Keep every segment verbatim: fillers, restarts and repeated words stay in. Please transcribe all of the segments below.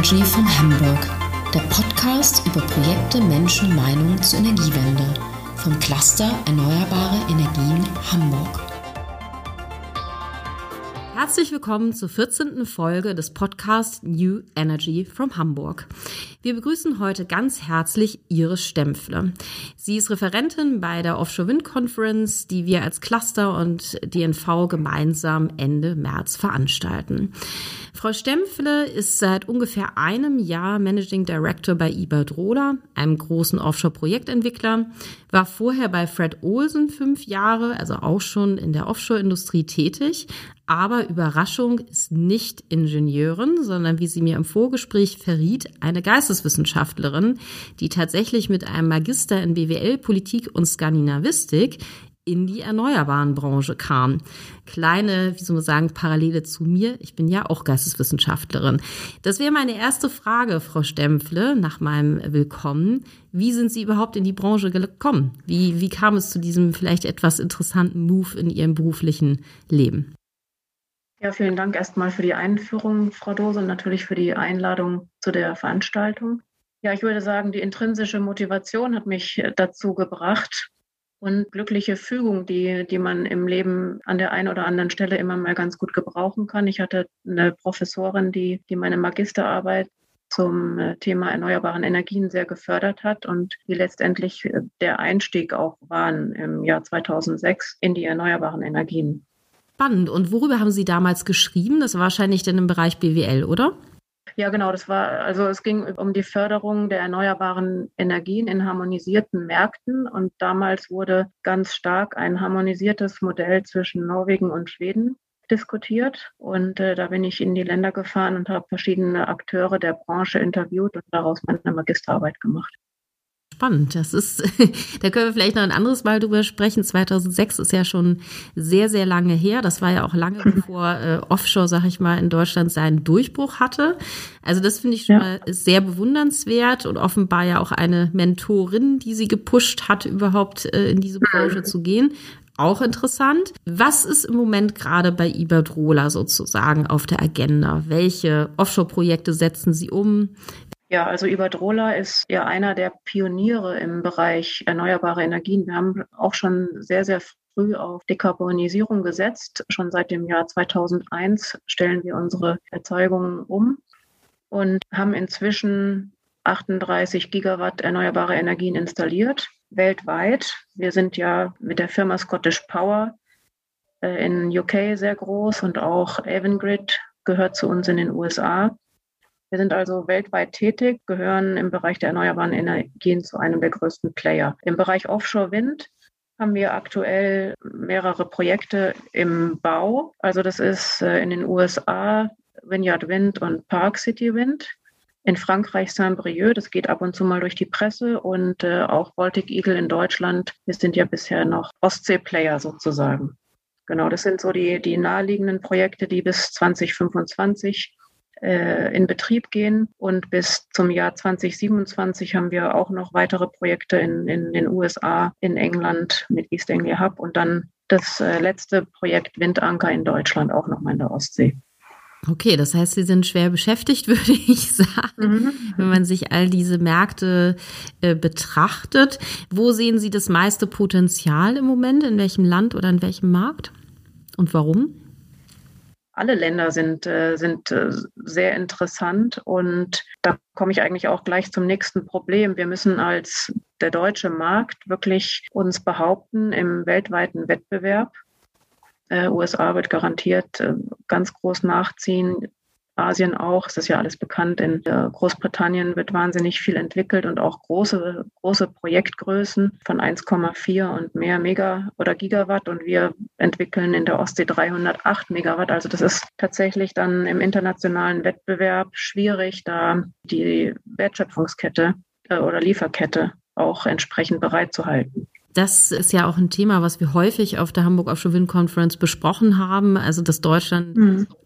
Energy from Hamburg, der Podcast über Projekte, Menschen, Meinungen zur Energiewende vom Cluster Erneuerbare Energien Hamburg. Herzlich willkommen zur vierzehnten Folge des Podcasts New Energy from Hamburg. Wir begrüßen heute ganz herzlich Iris Stempfle. Sie ist Referentin bei der Offshore Wind Conference, die wir als Cluster und D N V gemeinsam Ende März veranstalten. Frau Stempfle ist seit ungefähr einem Jahr Managing Director bei Iberdrola, einem großen Offshore-Projektentwickler, war vorher bei Fred Olsen fünf Jahre, also auch schon in der Offshore-Industrie tätig. Aber Überraschung, ist nicht Ingenieurin, sondern wie sie mir im Vorgespräch verriet, eine Geisteswissenschaftlerin, die tatsächlich mit einem Magister in B W L, Politik und Skandinavistik in die erneuerbaren Branche kam. Kleine, wie soll man sagen, Parallele zu mir. Ich bin ja auch Geisteswissenschaftlerin. Das wäre meine erste Frage, Frau Stempfle, nach meinem Willkommen. Wie sind Sie überhaupt in die Branche gekommen? Wie, wie kam es zu diesem vielleicht etwas interessanten Move in Ihrem beruflichen Leben? Ja, vielen Dank erstmal für die Einführung, Frau Dose, und natürlich für die Einladung zu der Veranstaltung. Ja, ich würde sagen, die intrinsische Motivation hat mich dazu gebracht und glückliche Fügung, die, die man im Leben an der einen oder anderen Stelle immer mal ganz gut gebrauchen kann. Ich hatte eine Professorin, die, die meine Magisterarbeit zum Thema erneuerbaren Energien sehr gefördert hat und die letztendlich der Einstieg auch waren im Jahr zweitausendsechs in die erneuerbaren Energien. Spannend. Und worüber haben Sie damals geschrieben? Das war wahrscheinlich dann im Bereich B W L, oder? Ja, genau. Das war, also es ging um die Förderung der erneuerbaren Energien in harmonisierten Märkten. Und damals wurde ganz stark ein harmonisiertes Modell zwischen Norwegen und Schweden diskutiert. Und äh, da bin ich in die Länder gefahren und habe verschiedene Akteure der Branche interviewt und daraus meine Magisterarbeit gemacht. Spannend. Das ist, da können wir vielleicht noch ein anderes Mal drüber sprechen. zweitausendsechs ist ja schon sehr, sehr lange her. Das war ja auch lange bevor äh, Offshore, sag ich mal, in Deutschland seinen Durchbruch hatte. Also das finde ich schon ja. mal sehr bewundernswert und offenbar ja auch eine Mentorin, die sie gepusht hat, überhaupt äh, in diese Branche zu gehen. Auch interessant. Was ist im Moment gerade bei Iberdrola sozusagen auf der Agenda? Welche Offshore-Projekte setzen Sie um? Ja, also Iberdrola ist ja einer der Pioniere im Bereich erneuerbare Energien. Wir haben auch schon sehr, sehr früh auf Dekarbonisierung gesetzt. Schon seit dem Jahr zweitausendeins stellen wir unsere Erzeugungen um und haben inzwischen achtunddreißig Gigawatt erneuerbare Energien installiert, weltweit. Wir sind ja mit der Firma Scottish Power äh, in U K sehr groß und auch Avangrid gehört zu uns in den U S A. Wir sind also weltweit tätig, gehören im Bereich der erneuerbaren Energien zu einem der größten Player. Im Bereich Offshore Wind haben wir aktuell mehrere Projekte im Bau. Also das ist in den U S A Vineyard Wind und Park City Wind. In Frankreich Saint-Brieuc, das geht ab und zu mal durch die Presse. Und äh, auch Baltic Eagle in Deutschland. Wir sind ja bisher noch Ostsee-Player sozusagen. Genau, das sind so die, die naheliegenden Projekte, die bis zwanzig fünfundzwanzig in Betrieb gehen. Und bis zum Jahr zwanzig siebenundzwanzig haben wir auch noch weitere Projekte in, in den U S A, in England mit East Anglia Hub und dann das letzte Projekt Windanker in Deutschland auch nochmal in der Ostsee. Okay, das heißt, Sie sind schwer beschäftigt, würde ich sagen, mhm. wenn man sich all diese Märkte äh, betrachtet. Wo sehen Sie das meiste Potenzial im Moment? In welchem Land oder in welchem Markt? Und warum? Alle Länder sind, äh, sind äh, sehr interessant und da komme ich eigentlich auch gleich zum nächsten Problem. Wir müssen als der deutsche Markt wirklich uns behaupten im weltweiten Wettbewerb. Äh, U S A wird garantiert äh, ganz groß nachziehen. Asien auch, es ist ja alles bekannt. In äh, Großbritannien wird wahnsinnig viel entwickelt und auch große, große Projektgrößen von eins Komma vier und mehr Mega oder Gigawatt. Und wir entwickeln in der Ostsee dreihundertacht Megawatt. Also das ist tatsächlich dann im internationalen Wettbewerb schwierig, da die Wertschöpfungskette äh, oder Lieferkette auch entsprechend bereitzuhalten. Das ist ja auch ein Thema, was wir häufig auf der Hamburg Offshore Wind Conference besprochen haben. Also, dass Deutschland mhm.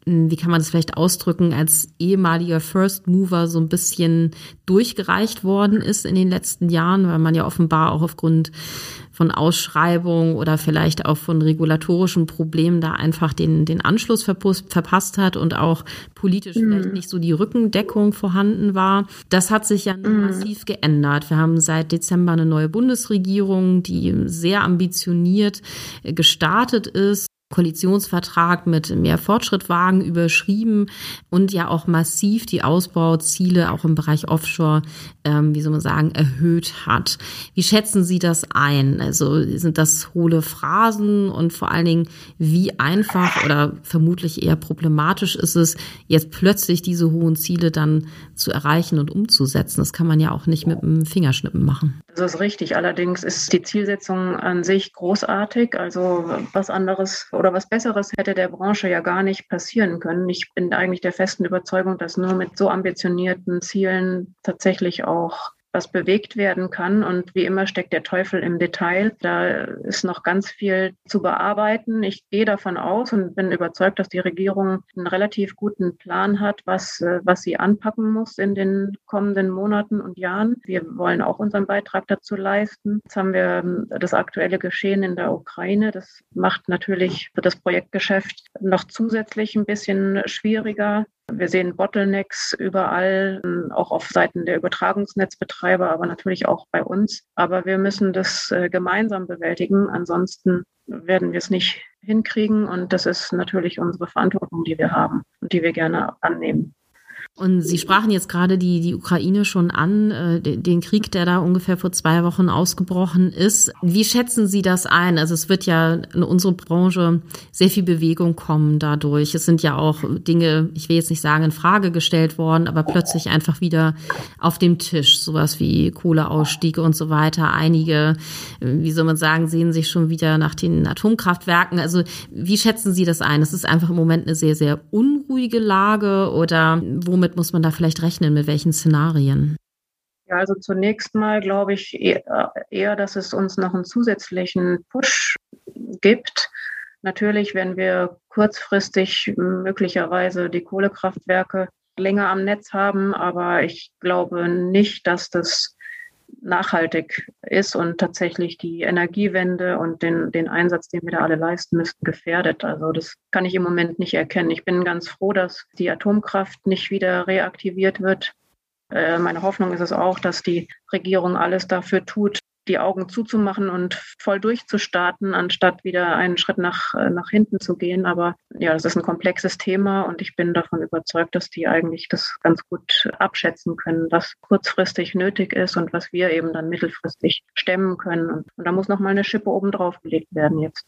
wie kann man das vielleicht ausdrücken, als ehemaliger First Mover so ein bisschen durchgereicht worden ist in den letzten Jahren, weil man ja offenbar auch aufgrund von Ausschreibungen oder vielleicht auch von regulatorischen Problemen da einfach den, den Anschluss verpasst, verpasst hat und auch politisch mhm. vielleicht nicht so die Rückendeckung vorhanden war. Das hat sich ja mhm. massiv geändert. Wir haben seit Dezember eine neue Bundesregierung, die sehr ambitioniert gestartet ist. Koalitionsvertrag mit mehr Fortschrittwagen überschrieben und ja auch massiv die Ausbauziele auch im Bereich Offshore, ähm, wie soll man sagen, erhöht hat. Wie schätzen Sie das ein? Also sind das hohle Phrasen und vor allen Dingen, wie einfach oder vermutlich eher problematisch ist es, jetzt plötzlich diese hohen Ziele dann zu erreichen und umzusetzen? Das kann man ja auch nicht mit einem Fingerschnippen machen. Das ist richtig. Allerdings ist die Zielsetzung an sich großartig. Also was anderes oder was Besseres hätte der Branche ja gar nicht passieren können. Ich bin eigentlich der festen Überzeugung, dass nur mit so ambitionierten Zielen tatsächlich auch was bewegt werden kann. Und wie immer steckt der Teufel im Detail. Da ist noch ganz viel zu bearbeiten. Ich gehe davon aus und bin überzeugt, dass die Regierung einen relativ guten Plan hat, was, was sie anpacken muss in den kommenden Monaten und Jahren. Wir wollen auch unseren Beitrag dazu leisten. Jetzt haben wir das aktuelle Geschehen in der Ukraine. Das macht natürlich das Projektgeschäft noch zusätzlich ein bisschen schwieriger. Wir sehen Bottlenecks überall, auch auf Seiten der Übertragungsnetzbetreiber, aber natürlich auch bei uns. Aber wir müssen das gemeinsam bewältigen. Ansonsten werden wir es nicht hinkriegen. Und das ist natürlich unsere Verantwortung, die wir haben und die wir gerne annehmen. Und Sie sprachen jetzt gerade die, die Ukraine schon an, äh, den Krieg, der da ungefähr vor zwei Wochen ausgebrochen ist. Wie schätzen Sie das ein? Also es wird ja in unsere Branche sehr viel Bewegung kommen dadurch. Es sind ja auch Dinge, ich will jetzt nicht sagen, in Frage gestellt worden, aber plötzlich einfach wieder auf dem Tisch. Sowas wie Kohleausstieg und so weiter. Einige, wie soll man sagen, sehen sich schon wieder nach den Atomkraftwerken. Also wie schätzen Sie das ein? Es ist einfach im Moment eine sehr, sehr unruhige Lage oder womit muss man da vielleicht rechnen, mit welchen Szenarien? Ja, also zunächst mal glaube ich eher, dass es uns noch einen zusätzlichen Push gibt. Natürlich, wenn wir kurzfristig möglicherweise die Kohlekraftwerke länger am Netz haben, aber ich glaube nicht, dass das nachhaltig ist und tatsächlich die Energiewende und den, den Einsatz, den wir da alle leisten müssten, gefährdet. Also das kann ich im Moment nicht erkennen. Ich bin ganz froh, dass die Atomkraft nicht wieder reaktiviert wird. Äh, meine Hoffnung ist es auch, dass die Regierung alles dafür tut, die Augen zuzumachen und voll durchzustarten, anstatt wieder einen Schritt nach, nach hinten zu gehen. Aber ja, das ist ein komplexes Thema und ich bin davon überzeugt, dass die eigentlich das ganz gut abschätzen können, was kurzfristig nötig ist und was wir eben dann mittelfristig stemmen können. Und, und da muss noch mal eine Schippe oben drauf gelegt werden jetzt.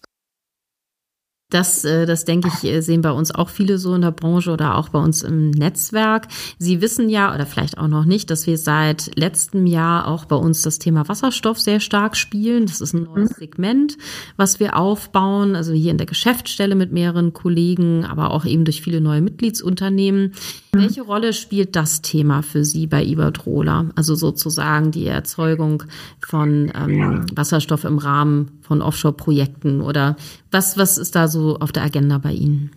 Das, das denke ich, sehen bei uns auch viele so in der Branche oder auch bei uns im Netzwerk. Sie wissen ja, oder vielleicht auch noch nicht, dass wir seit letztem Jahr auch bei uns das Thema Wasserstoff sehr stark spielen. Das ist ein neues Segment, was wir aufbauen, also hier in der Geschäftsstelle mit mehreren Kollegen, aber auch eben durch viele neue Mitgliedsunternehmen. Welche Rolle spielt das Thema für Sie bei Iberdrola? Also sozusagen die Erzeugung von ähm, Wasserstoff im Rahmen von Offshore-Projekten oder was, was ist da so auf der Agenda bei Ihnen?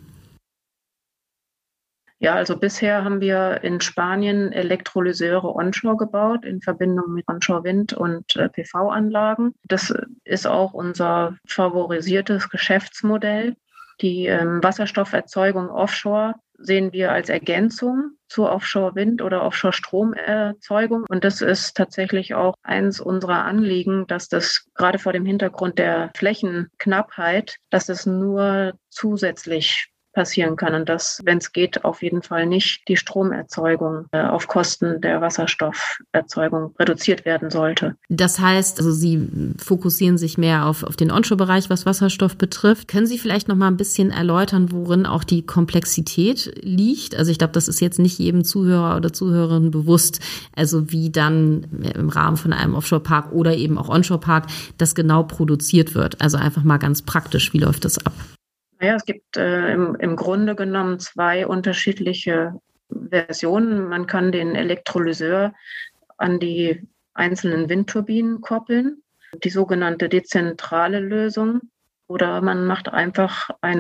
Ja, also bisher haben wir in Spanien Elektrolyseure onshore gebaut in Verbindung mit Onshore-Wind- und äh, P V-Anlagen. Das ist auch unser favorisiertes Geschäftsmodell. Die ähm, Wasserstofferzeugung offshore sehen wir als Ergänzung zur Offshore-Wind- oder Offshore-Stromerzeugung. Und das ist tatsächlich auch eins unserer Anliegen, dass das gerade vor dem Hintergrund der Flächenknappheit, dass es nur zusätzlich passieren kann und dass, wenn es geht, auf jeden Fall nicht die Stromerzeugung äh, auf Kosten der Wasserstofferzeugung reduziert werden sollte. Das heißt, also Sie fokussieren sich mehr auf, auf den Onshore-Bereich, was Wasserstoff betrifft. Können Sie vielleicht noch mal ein bisschen erläutern, worin auch die Komplexität liegt? Also ich glaube, das ist jetzt nicht jedem Zuhörer oder Zuhörerin bewusst, also wie dann im Rahmen von einem Offshore-Park oder eben auch Onshore-Park das genau produziert wird. Also einfach mal ganz praktisch, wie läuft das ab? Naja, es gibt äh, im, im Grunde genommen zwei unterschiedliche Versionen. Man kann den Elektrolyseur an die einzelnen Windturbinen koppeln, die sogenannte dezentrale Lösung. Oder man macht einfach eine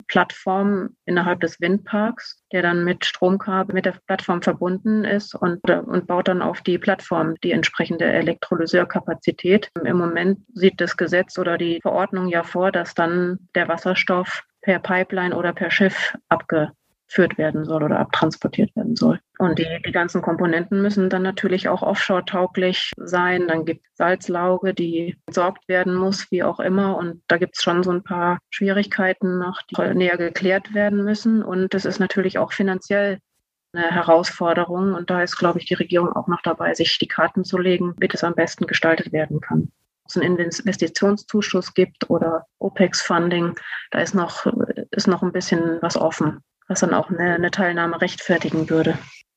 Plattform innerhalb des Windparks, der dann mit Stromkabel mit der Plattform verbunden ist und, und baut dann auf die Plattform die entsprechende Elektrolyseurkapazität. Im Moment sieht das Gesetz oder die Verordnung ja vor, dass dann der Wasserstoff per Pipeline oder per Schiff abgeführt werden soll oder abtransportiert werden soll. Und die, die ganzen Komponenten müssen dann natürlich auch offshore-tauglich sein. Dann gibt es Salzlauge, die entsorgt werden muss, wie auch immer. Und da gibt es schon so ein paar Schwierigkeiten noch, die näher geklärt werden müssen. Und es ist natürlich auch finanziell eine Herausforderung. Und da ist, glaube ich, die Regierung auch noch dabei, sich die Karten zu legen, wie das am besten gestaltet werden kann. Ob es einen Investitionszuschuss gibt oder OPEX-Funding, da ist noch, ist noch ein bisschen was offen, was dann auch eine, eine Teilnahme rechtfertigen würde.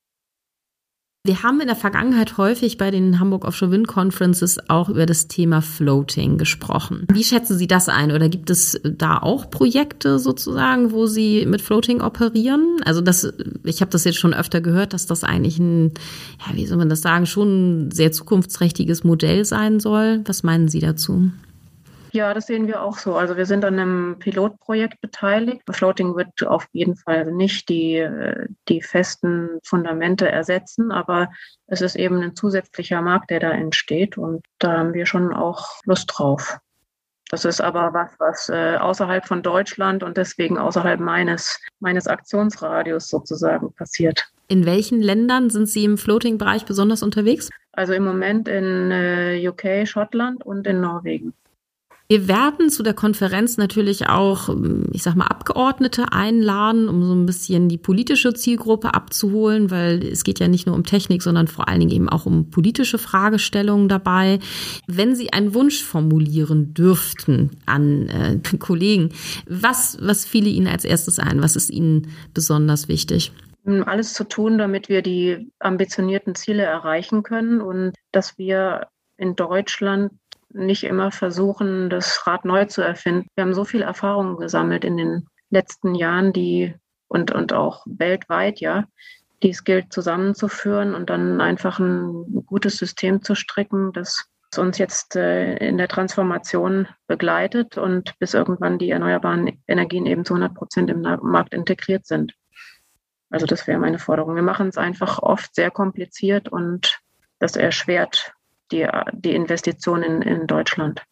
Wir haben in der Vergangenheit häufig bei den Hamburg Offshore Wind Conferences auch über das Thema Floating gesprochen. Wie schätzen Sie das ein? Oder gibt es da auch Projekte sozusagen, wo Sie mit Floating operieren? Also das, ich habe das jetzt schon öfter gehört, dass das eigentlich ein, ja, wie soll man das sagen, schon ein sehr zukunftsträchtiges Modell sein soll. Was meinen Sie dazu? Ja, das sehen wir auch so. Also wir sind an einem Pilotprojekt beteiligt. Floating wird auf jeden Fall nicht die, die festen Fundamente ersetzen, aber es ist eben ein zusätzlicher Markt, der da entsteht und da haben wir schon auch Lust drauf. Das ist aber was, was äh, außerhalb von Deutschland und deswegen außerhalb meines, meines Aktionsradius sozusagen passiert. In welchen Ländern sind Sie im Floating-Bereich besonders unterwegs? Also im Moment in äh, U K, Schottland und in Norwegen. Wir werden zu der Konferenz natürlich auch, ich sag mal, Abgeordnete einladen, um so ein bisschen die politische Zielgruppe abzuholen, weil es geht ja nicht nur um Technik, sondern vor allen Dingen eben auch um politische Fragestellungen dabei. Wenn Sie einen Wunsch formulieren dürften an äh, Kollegen, was, was fiele Ihnen als erstes ein? Was ist Ihnen besonders wichtig? Alles zu tun, damit wir die ambitionierten Ziele erreichen können und dass wir in Deutschland nicht immer versuchen, das Rad neu zu erfinden. Wir haben so viel Erfahrung gesammelt in den letzten Jahren, die und, und auch weltweit, ja, die es gilt zusammenzuführen und dann einfach ein gutes System zu stricken, das uns jetzt äh, in der Transformation begleitet und bis irgendwann die erneuerbaren Energien eben zu hundert Prozent im Markt integriert sind. Also das wäre meine Forderung. Wir machen es einfach oft sehr kompliziert und das erschwert die, die Investitionen in, in Deutschland.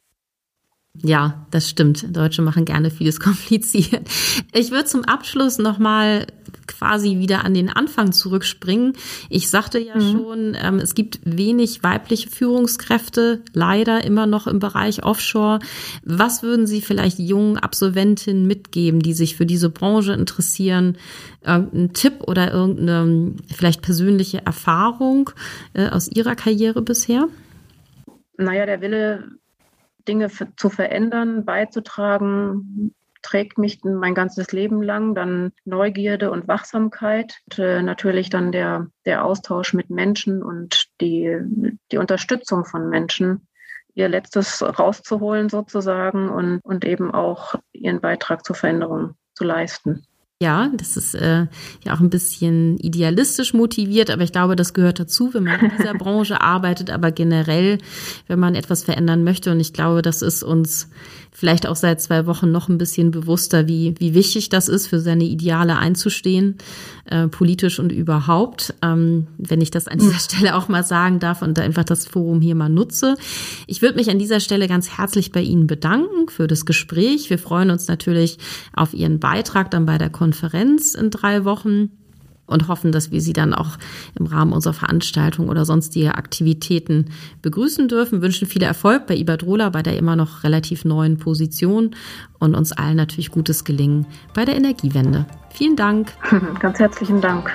Ja, das stimmt. Deutsche machen gerne vieles kompliziert. Ich würde zum Abschluss nochmal quasi wieder an den Anfang zurückspringen. Ich sagte ja mhm. schon, ähm, es gibt wenig weibliche Führungskräfte, leider immer noch im Bereich Offshore. Was würden Sie vielleicht jungen Absolventinnen mitgeben, die sich für diese Branche interessieren? Irgendein Tipp oder irgendeine vielleicht persönliche Erfahrung äh, aus Ihrer Karriere bisher? Naja, der Wille, Dinge f- zu verändern, beizutragen, trägt mich mein ganzes Leben lang. Dann Neugierde und Wachsamkeit. Und, äh, natürlich dann der, der Austausch mit Menschen und die, die Unterstützung von Menschen, ihr Letztes rauszuholen sozusagen und, und eben auch ihren Beitrag zur Veränderung zu leisten. Ja, das ist äh, ja auch ein bisschen idealistisch motiviert, aber ich glaube, das gehört dazu, wenn man in dieser Branche arbeitet, aber generell, wenn man etwas verändern möchte. Und ich glaube, das ist uns vielleicht auch seit zwei Wochen noch ein bisschen bewusster, wie wie wichtig das ist, für seine Ideale einzustehen, äh, politisch und überhaupt. Ähm, wenn ich das an dieser Stelle auch mal sagen darf und da einfach das Forum hier mal nutze. Ich würde mich an dieser Stelle ganz herzlich bei Ihnen bedanken für das Gespräch. Wir freuen uns natürlich auf Ihren Beitrag dann bei der Konferenz in drei Wochen. Und hoffen, dass wir Sie dann auch im Rahmen unserer Veranstaltung oder sonstiger Aktivitäten begrüßen dürfen. Wünschen viel Erfolg bei Iberdrola, bei der immer noch relativ neuen Position und uns allen natürlich gutes Gelingen bei der Energiewende. Vielen Dank. Ganz herzlichen Dank.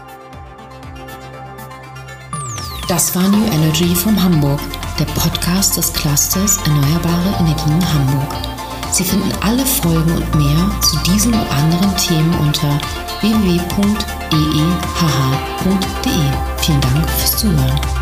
Das war New Energy from Hamburg, der Podcast des Clusters Erneuerbare Energien Hamburg. Sie finden alle Folgen und mehr zu diesen und anderen Themen unter w w w punkt e e h h punkt d e. Vielen Dank fürs Zuhören.